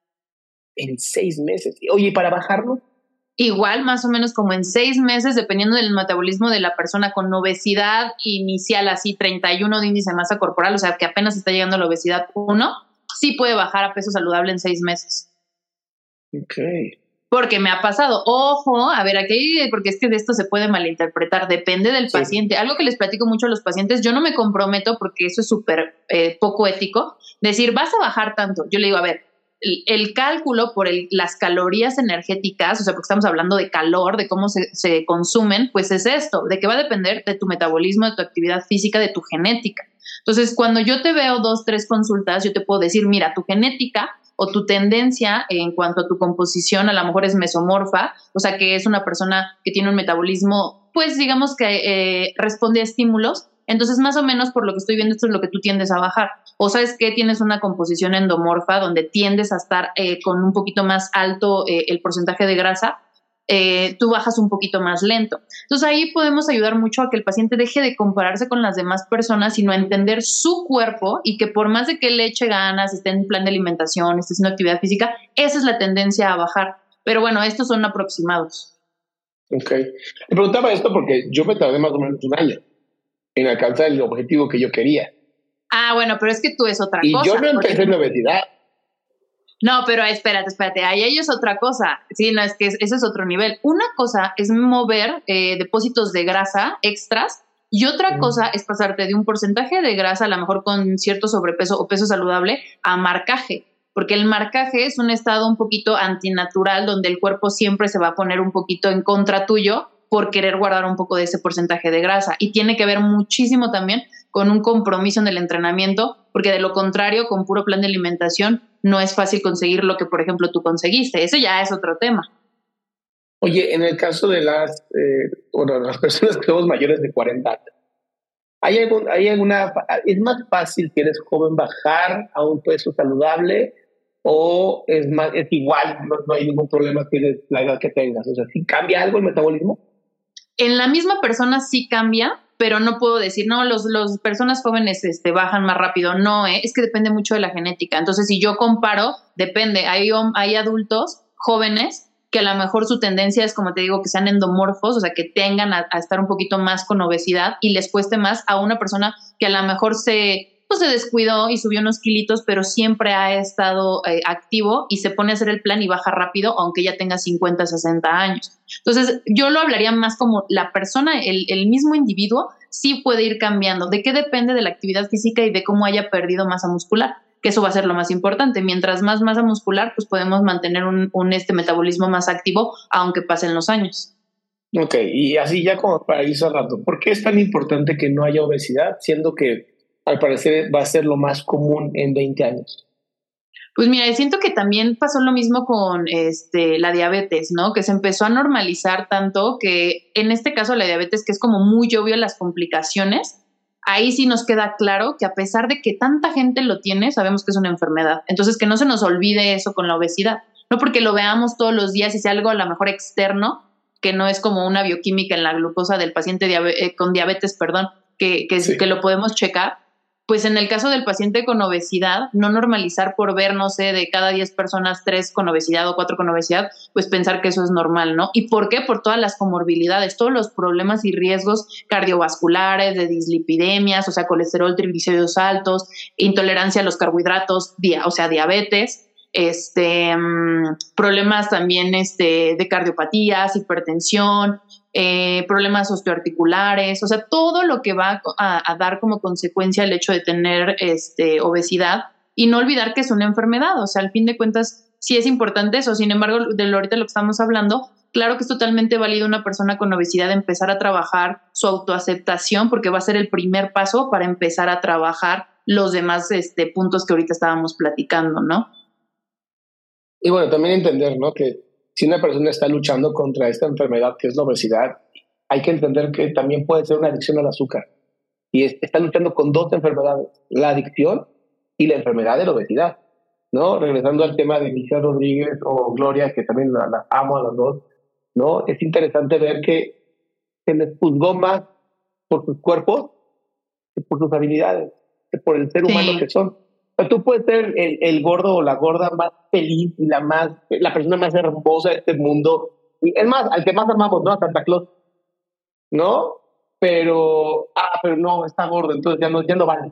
Speaker 5: En 6 meses. Oye, ¿y para bajarlo?
Speaker 6: Igual, más o menos como en 6 meses, dependiendo del metabolismo de la persona con obesidad inicial, así 31 de índice de masa corporal, o sea, que apenas está llegando a la obesidad 1, sí puede bajar a peso saludable en 6 meses.
Speaker 5: Ok.
Speaker 6: Porque me ha pasado. Ojo, a ver, aquí, porque es que de esto se puede malinterpretar, depende del paciente. Algo que les platico mucho a los pacientes, yo no me comprometo porque eso es súper poco ético, decir, vas a bajar tanto. Yo le digo, a ver, el cálculo por las calorías energéticas, o sea, porque estamos hablando de calor, de cómo se consumen, pues es esto, de que va a depender de tu metabolismo, de tu actividad física, de tu genética. Entonces, cuando yo te veo 2, 3 consultas, yo te puedo decir, mira, tu genética o tu tendencia en cuanto a tu composición a lo mejor es mesomorfa, o sea, que es una persona que tiene un metabolismo, pues digamos que responde a estímulos. Entonces, más o menos por lo que estoy viendo, esto es lo que tú tiendes a bajar. O sabes que tienes una composición endomorfa donde tiendes a estar con un poquito más alto el porcentaje de grasa, tú bajas un poquito más lento. Entonces, ahí podemos ayudar mucho a que el paciente deje de compararse con las demás personas, sino a entender su cuerpo y que por más de que le eche ganas, esté en plan de alimentación, esté haciendo actividad física, esa es la tendencia a bajar. Pero bueno, estos son aproximados.
Speaker 5: Ok. Te preguntaba esto porque yo me tardé más o menos 1 año en alcanzar el objetivo que yo quería.
Speaker 6: Ah, bueno, pero es que tú es otra cosa.
Speaker 5: Y yo no empecé en la obesidad.
Speaker 6: No, pero espérate, ahí es otra cosa. Sí, no, es que ese es otro nivel. Una cosa es mover depósitos de grasa extras y otra cosa es pasarte de un porcentaje de grasa, a lo mejor con cierto sobrepeso o peso saludable, a marcaje. Porque el marcaje es un estado un poquito antinatural donde el cuerpo siempre se va a poner un poquito en contra tuyo por querer guardar un poco de ese porcentaje de grasa. Y tiene que ver muchísimo también con un compromiso en el entrenamiento, porque de lo contrario, con puro plan de alimentación, no es fácil conseguir lo que, por ejemplo, tú conseguiste. Ese ya es otro tema.
Speaker 5: Oye, en el caso de las personas que somos mayores de 40 años, ¿hay alguna, es más fácil si eres joven bajar a un peso saludable o es igual, no hay ningún problema tienes la edad que tengas? O sea, ¿sí cambia algo el metabolismo?
Speaker 6: En la misma persona sí cambia, pero no puedo decir, no, las personas jóvenes bajan más rápido. No, es que depende mucho de la genética. Entonces, si yo comparo, depende. Hay adultos jóvenes que a lo mejor su tendencia es, como te digo, que sean endomorfos, o sea, que tengan a estar un poquito más con obesidad y les cueste más a una persona que a lo mejor se descuidó y subió unos kilitos, pero siempre ha estado activo y se pone a hacer el plan y baja rápido, aunque ya tenga 50, 60 años. Entonces, yo lo hablaría más como la persona, el mismo individuo, sí puede ir cambiando. ¿De qué depende? De la actividad física y de cómo haya perdido masa muscular, que eso va a ser lo más importante. Mientras más masa muscular, pues podemos mantener un metabolismo más activo, aunque pasen los años.
Speaker 5: Ok, y así ya como para ir cerrando, ¿por qué es tan importante que no haya obesidad, siendo que al parecer va a ser lo más común en 20 años?
Speaker 6: Pues mira, siento que también pasó lo mismo con la diabetes, ¿no? Que se empezó a normalizar tanto que en este caso la diabetes, que es como muy obvio las complicaciones, ahí sí nos queda claro que a pesar de que tanta gente lo tiene, sabemos que es una enfermedad. Entonces, que no se nos olvide eso con la obesidad. No porque lo veamos todos los días y sea algo a lo mejor externo, que no es como una bioquímica en la glucosa del paciente con diabetes, que lo podemos checar. pues en el caso del paciente con obesidad, no normalizar por ver, no sé, de cada 10 personas, 3 con obesidad o 4 con obesidad, pues pensar que eso es normal, ¿no? ¿Y por qué? Por todas las comorbilidades, todos los problemas y riesgos cardiovasculares, de dislipidemias, o sea, colesterol, triglicéridos altos, intolerancia a los carbohidratos, o sea, diabetes, problemas también de cardiopatías, hipertensión, problemas osteoarticulares, o sea, todo lo que va a dar como consecuencia el hecho de tener obesidad, y no olvidar que es una enfermedad, o sea, al fin de cuentas sí es importante eso. Sin embargo, de ahorita lo que estamos hablando, claro que es totalmente válido una persona con obesidad empezar a trabajar su autoaceptación, porque va a ser el primer paso para empezar a trabajar los demás puntos que ahorita estábamos platicando, ¿no?
Speaker 5: Y bueno, también entender, ¿no?, que si una persona está luchando contra esta enfermedad que es la obesidad, hay que entender que también puede ser una adicción al azúcar. Y está luchando con dos enfermedades, la adicción y la enfermedad de la obesidad, ¿no? Regresando al tema de Michelle Rodríguez o Gloria, que también las amo a las dos, ¿no? Es interesante ver que se les juzgó más por sus cuerpos que por sus habilidades, que por el ser humano que son. O sea, tú puedes ser el gordo o la gorda más feliz y la persona más hermosa de este mundo. Y es más, al que más amamos, ¿no? A Santa Claus, ¿no? Pero no, está gordo, entonces ya no vale.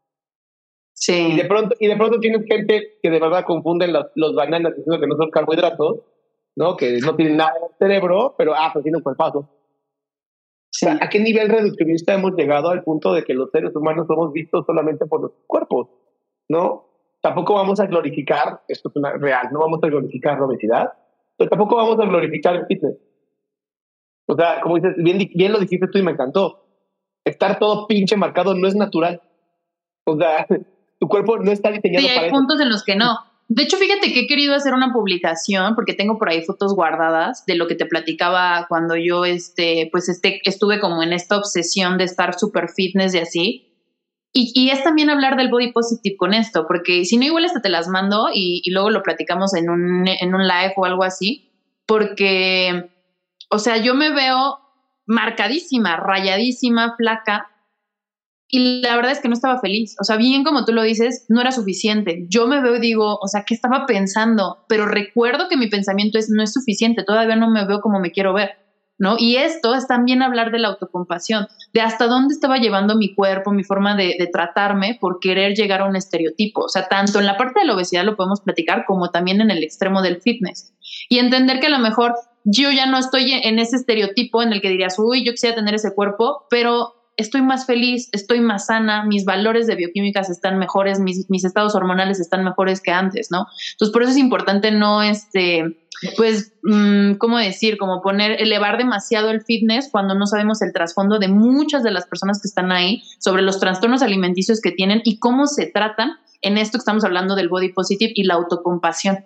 Speaker 6: Sí.
Speaker 5: Y de pronto tienes gente que de verdad confunden los bananas diciendo que no son carbohidratos, ¿no? Que no tienen nada en el cerebro, pero pues tienen un cuerpazo. Sí. O sea, ¿a qué nivel reduccionista hemos llegado al punto de que los seres humanos somos vistos solamente por los cuerpos, ¿no? Tampoco vamos a glorificar, esto es real, no vamos a glorificar la obesidad, pero tampoco vamos a glorificar el fitness. O sea, como dices, bien lo dijiste tú y me encantó. Estar todo pinche marcado no es natural. O sea, tu cuerpo no está diseñado para eso.
Speaker 6: Sí, hay puntos en los que no. De hecho, fíjate que he querido hacer una publicación, porque tengo por ahí fotos guardadas de lo que te platicaba cuando yo estuve como en esta obsesión de estar super fitness y así. Y es también hablar del body positive con esto, porque si no, igual hasta te las mando y luego lo platicamos en un live o algo así, porque, o sea, yo me veo marcadísima, rayadísima, flaca, y la verdad es que no estaba feliz. O sea, bien como tú lo dices, no era suficiente. Yo me veo y digo, o sea, ¿qué estaba pensando? Pero recuerdo que mi pensamiento no es suficiente, todavía no me veo como me quiero ver, ¿no? Y esto es también hablar de la autocompasión, de hasta dónde estaba llevando mi cuerpo, mi forma de tratarme por querer llegar a un estereotipo. O sea, tanto en la parte de la obesidad lo podemos platicar como también en el extremo del fitness. Y entender que a lo mejor yo ya no estoy en ese estereotipo en el que dirías, uy, yo quisiera tener ese cuerpo, pero estoy más feliz, estoy más sana, mis valores de bioquímicas están mejores, mis estados hormonales están mejores que antes, ¿no? Entonces, por eso es importante no, ¿cómo decir? Como elevar demasiado el fitness cuando no sabemos el trasfondo de muchas de las personas que están ahí sobre los trastornos alimenticios que tienen y cómo se tratan en esto que estamos hablando del body positive y la autocompasión.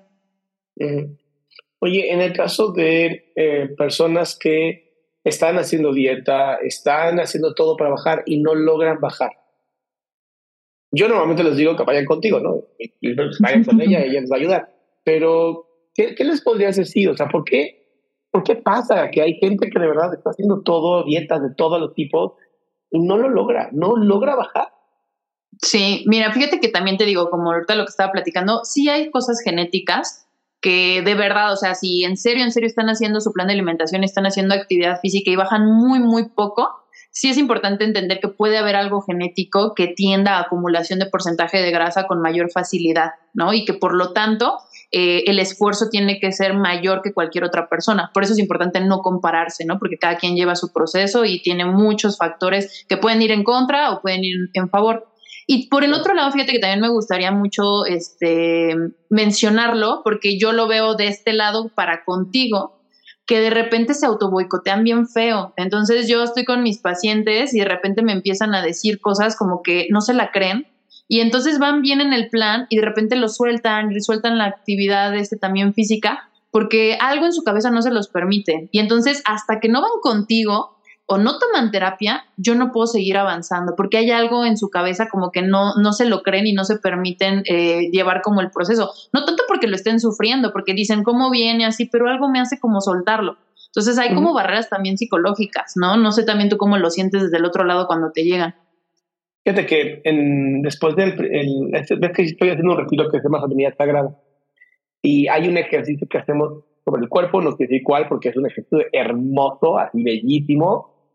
Speaker 5: Oye, en el caso de personas que están haciendo dieta, están haciendo todo para bajar y no logran bajar. Yo normalmente les digo que vayan contigo, ¿no? Y vayan con ella les va a ayudar. Pero, ¿qué les podrías decir? O sea, ¿por qué pasa que hay gente que de verdad está haciendo todo, dietas de todos los tipos, y no logra bajar?
Speaker 6: Sí, mira, fíjate que también te digo, como ahorita lo que estaba platicando, sí hay cosas genéticas que de verdad, o sea, si en serio están haciendo su plan de alimentación, están haciendo actividad física y bajan muy, muy poco, sí es importante entender que puede haber algo genético que tienda a acumulación de porcentaje de grasa con mayor facilidad, ¿no? Y que por lo tanto el esfuerzo tiene que ser mayor que cualquier otra persona. Por eso es importante no compararse, ¿no? Porque cada quien lleva su proceso y tiene muchos factores que pueden ir en contra o pueden ir en favor. Y por el otro lado, fíjate que también me gustaría mucho mencionarlo, porque yo lo veo de este lado para contigo, que de repente se autoboicotean bien feo. Entonces yo estoy con mis pacientes y de repente me empiezan a decir cosas como que no se la creen, y entonces van bien en el plan y de repente lo sueltan la actividad también física, porque algo en su cabeza no se los permite. Y entonces hasta que no van contigo o no toman terapia, yo no puedo seguir avanzando, porque hay algo en su cabeza como que no se lo creen y no se permiten llevar como el proceso. No tanto porque lo estén sufriendo, porque dicen cómo viene así, pero algo me hace como soltarlo. Entonces hay como barreras también psicológicas, ¿no? No sé también tú cómo lo sientes desde el otro lado cuando te llegan.
Speaker 5: Fíjate que después ves que estoy haciendo un retiro que se llama Avenida Sagrada y hay un ejercicio que hacemos sobre el cuerpo, no sé si cuál, porque es un ejercicio hermoso, así bellísimo.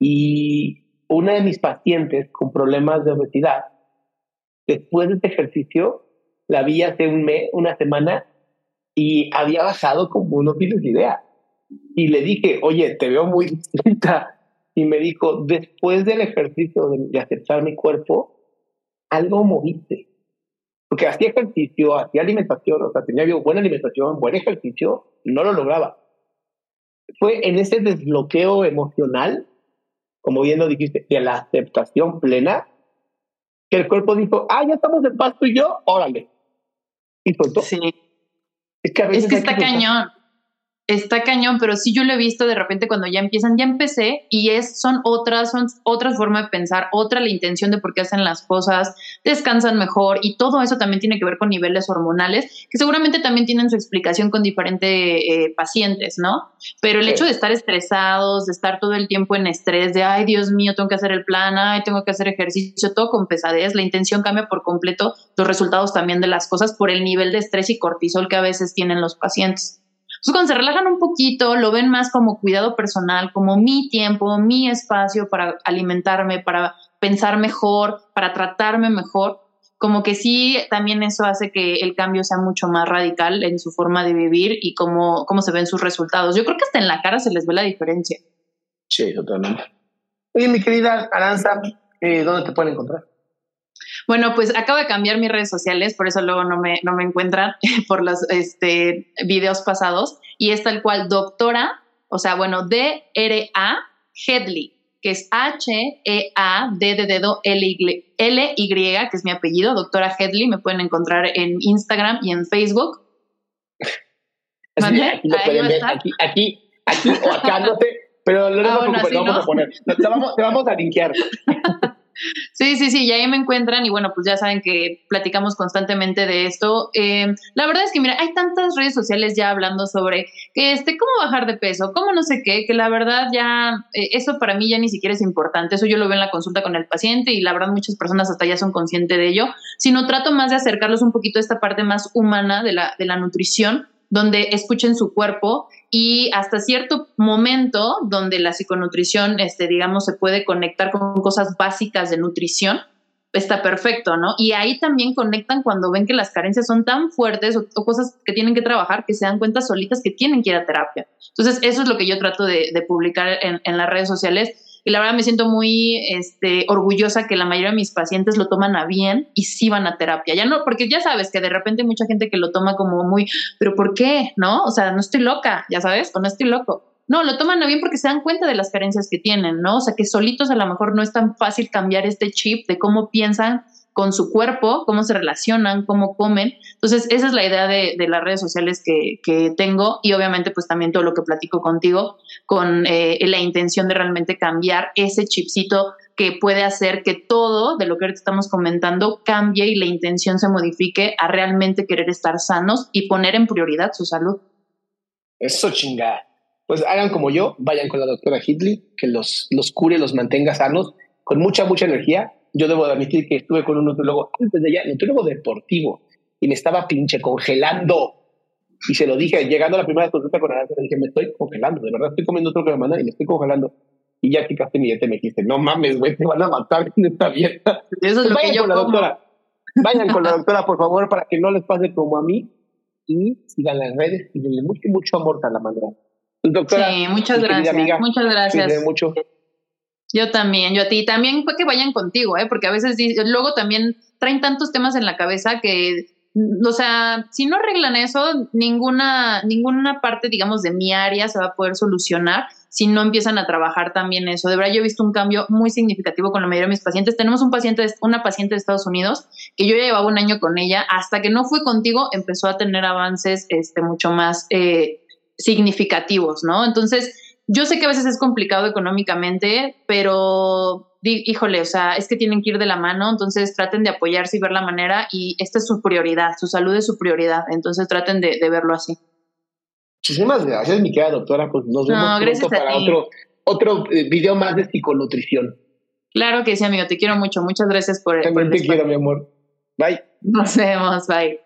Speaker 5: Y una de mis pacientes con problemas de obesidad, después de este ejercicio, la vi hace una semana y había bajado como no tienes idea. Y le dije, oye, te veo muy distinta. Y me dijo, después del ejercicio de aceptar mi cuerpo, algo moviste. Porque hacía ejercicio, hacía alimentación, o sea, tenía buena alimentación, buen ejercicio, no lo lograba. Fue en ese desbloqueo emocional, como bien lo dijiste, de la aceptación plena, que el cuerpo dijo, ya estamos en paz tú y yo, órale. Y soltó.
Speaker 6: Sí.
Speaker 5: Es que a veces
Speaker 6: está cañón. Está cañón, pero sí yo lo he visto de repente cuando ya empecé y son otras formas de pensar, otra la intención de por qué hacen las cosas, descansan mejor y todo eso también tiene que ver con niveles hormonales, que seguramente también tienen su explicación con diferentes pacientes, ¿no? Pero el hecho de estar estresados, de estar todo el tiempo en estrés, de ay Dios mío, tengo que hacer el plan, ay tengo que hacer ejercicio, todo con pesadez, la intención cambia por completo, los resultados también de las cosas por el nivel de estrés y cortisol que a veces tienen los pacientes. Entonces, cuando se relajan un poquito, lo ven más como cuidado personal, como mi tiempo, mi espacio para alimentarme, para pensar mejor, para tratarme mejor, como que sí, también eso hace que el cambio sea mucho más radical en su forma de vivir y cómo se ven sus resultados. Yo creo que hasta en la cara se les ve la diferencia.
Speaker 5: Sí, totalmente. Oye, mi querida Aranza, ¿dónde te pueden encontrar?
Speaker 6: Bueno, pues acabo de cambiar mis redes sociales, por eso luego no me encuentran por los videos pasados, y es tal cual doctora, o sea, bueno, D-R-A Headley, que es H-E-A-D de dedo L-Y, que es mi apellido, doctora Headley. Me pueden encontrar en Instagram y en Facebook.
Speaker 5: Así, aquí lo pueden ver, aquí o acá, no sé, pero no te preocupes, lo vamos a poner. Te vamos a linkear.
Speaker 6: Sí, y ahí me encuentran y bueno, pues ya saben que platicamos constantemente de esto. La verdad es que mira, hay tantas redes sociales ya hablando sobre que cómo bajar de peso, cómo no sé qué, que la verdad ya eso para mí ya ni siquiera es importante. Eso yo lo veo en la consulta con el paciente y la verdad muchas personas hasta ya son conscientes de ello, sino trato más de acercarlos un poquito a esta parte más humana de la nutrición, donde escuchen su cuerpo y hasta cierto momento donde la psiconutrición, digamos, se puede conectar con cosas básicas de nutrición, está perfecto, ¿no? Y ahí también conectan cuando ven que las carencias son tan fuertes o cosas que tienen que trabajar que se dan cuenta solitas que tienen que ir a terapia. Entonces, eso es lo que yo trato de publicar en las redes sociales. Y la verdad me siento muy orgullosa que la mayoría de mis pacientes lo toman a bien y sí van a terapia. Ya no, porque ya sabes que de repente hay mucha gente que lo toma como muy, ¿pero por qué? ¿No? O sea, no estoy loca, ya sabes, o no estoy loco. No, lo toman a bien porque se dan cuenta de las carencias que tienen, ¿no? O sea, que solitos a lo mejor no es tan fácil cambiar este chip de cómo piensan con su cuerpo, cómo se relacionan, cómo comen. Entonces, esa es la idea de las redes sociales que tengo y obviamente pues también todo lo que platico contigo con la intención de realmente cambiar ese chipcito que puede hacer que todo de lo que ahorita estamos comentando cambie y la intención se modifique a realmente querer estar sanos y poner en prioridad su salud.
Speaker 5: Eso chingada. Pues hagan como yo, vayan con la doctora Headley, que los cure, los mantenga sanos, con mucha energía. Yo debo de admitir que estuve con un nutriólogo antes de ella, nutriólogo deportivo, y me estaba pinche congelando. Y se lo dije, llegando a la primera consulta con Aranza, le dije, me estoy congelando, de verdad estoy comiendo otro que me mandan y me estoy congelando. Y ya quitaste mi dieta y me dijiste, no mames, güey, te van a matar con esta dieta.
Speaker 6: Eso es lo que yo
Speaker 5: con la doctora. Vayan con la doctora, por favor, para que no les pase como a mí. Y sigan las redes y denle mucho amor a la manera. Doctora,
Speaker 6: sí, muchas gracias.
Speaker 5: Amiga,
Speaker 6: muchas gracias.
Speaker 5: Mucho.
Speaker 6: Yo también, yo a ti. También fue que vayan contigo, porque a veces luego también traen tantos temas en la cabeza que, o sea, si no arreglan eso, ninguna parte, digamos, de mi área se va a poder solucionar si no empiezan a trabajar también eso. De verdad, yo he visto un cambio muy significativo con la mayoría de mis pacientes. Tenemos una paciente de Estados Unidos que yo ya llevaba un año con ella. Hasta que no fue contigo, empezó a tener avances mucho más significativos, ¿no? Entonces, yo sé que a veces es complicado económicamente, pero híjole, o sea, es que tienen que ir de la mano, entonces traten de apoyarse y ver la manera, y esta es su prioridad, su salud es su prioridad, entonces traten de verlo así.
Speaker 5: Muchísimas gracias, mi querida doctora, pues nos vemos pronto para otro video más de psiconutrición.
Speaker 6: Claro que sí, amigo, te quiero mucho. Muchas gracias por
Speaker 5: También te quiero, mi amor. Bye.
Speaker 6: Nos vemos, bye.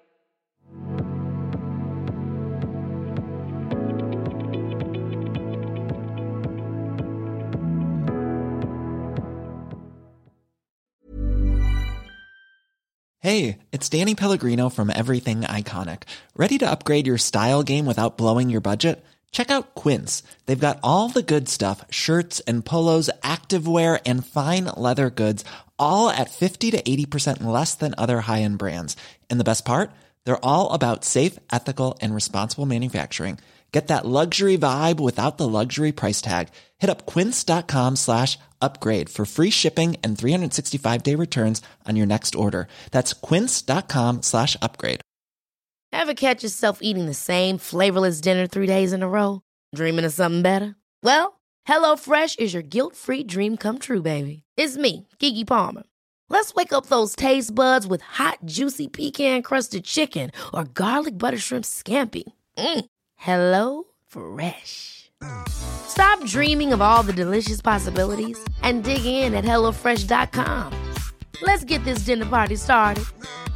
Speaker 7: Hey, it's Danny Pellegrino from Everything Iconic. Ready to upgrade your style game without blowing your budget? Check out Quince. They've got all the good stuff, shirts and polos, activewear, and fine leather goods, all at 50 to 80% less than other high-end brands. And the best part? They're all about safe, ethical, and responsible manufacturing. Get that luxury vibe without the luxury price tag. Hit up quince.com/upgrade for free shipping and 365-day returns on your next order. That's quince.com/upgrade.
Speaker 8: Ever catch yourself eating the same flavorless dinner 3 days in a row? Dreaming of something better? Well, HelloFresh is your guilt-free dream come true, baby. It's me, Keke Palmer. Let's wake up those taste buds with hot, juicy pecan-crusted chicken or garlic butter shrimp scampi. Hello Fresh. Stop dreaming of all the delicious possibilities and dig in at HelloFresh.com. Let's get this dinner party started.